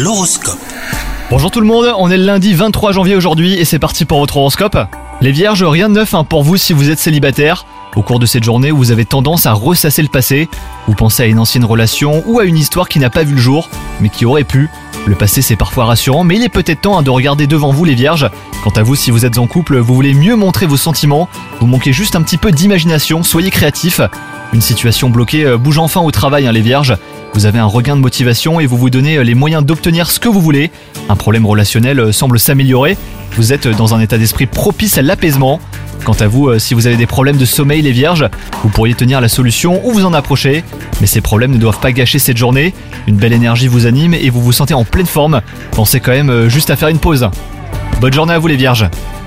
L'horoscope. Bonjour tout le monde, on est le lundi 23 janvier aujourd'hui et c'est parti pour votre horoscope. Les vierges, rien de neuf pour vous si vous êtes célibataire. Au cours de cette journée, vous avez tendance à ressasser le passé. Vous pensez à une ancienne relation ou à une histoire qui n'a pas vu le jour, mais qui aurait pu. Le passé c'est parfois rassurant, mais il est peut-être temps de regarder devant vous les vierges. Quant à vous, si vous êtes en couple, vous voulez mieux montrer vos sentiments. Vous manquez juste un petit peu d'imagination, soyez créatifs. Une situation bloquée bouge enfin au travail les vierges. Vous avez un regain de motivation et vous vous donnez les moyens d'obtenir ce que vous voulez. Un problème relationnel semble s'améliorer. Vous êtes dans un état d'esprit propice à l'apaisement. Quant à vous, si vous avez des problèmes de sommeil les vierges, vous pourriez tenir la solution ou vous en approcher. Mais ces problèmes ne doivent pas gâcher cette journée. Une belle énergie vous anime et vous vous sentez en pleine forme. Pensez quand même juste à faire une pause. Bonne journée à vous les vierges.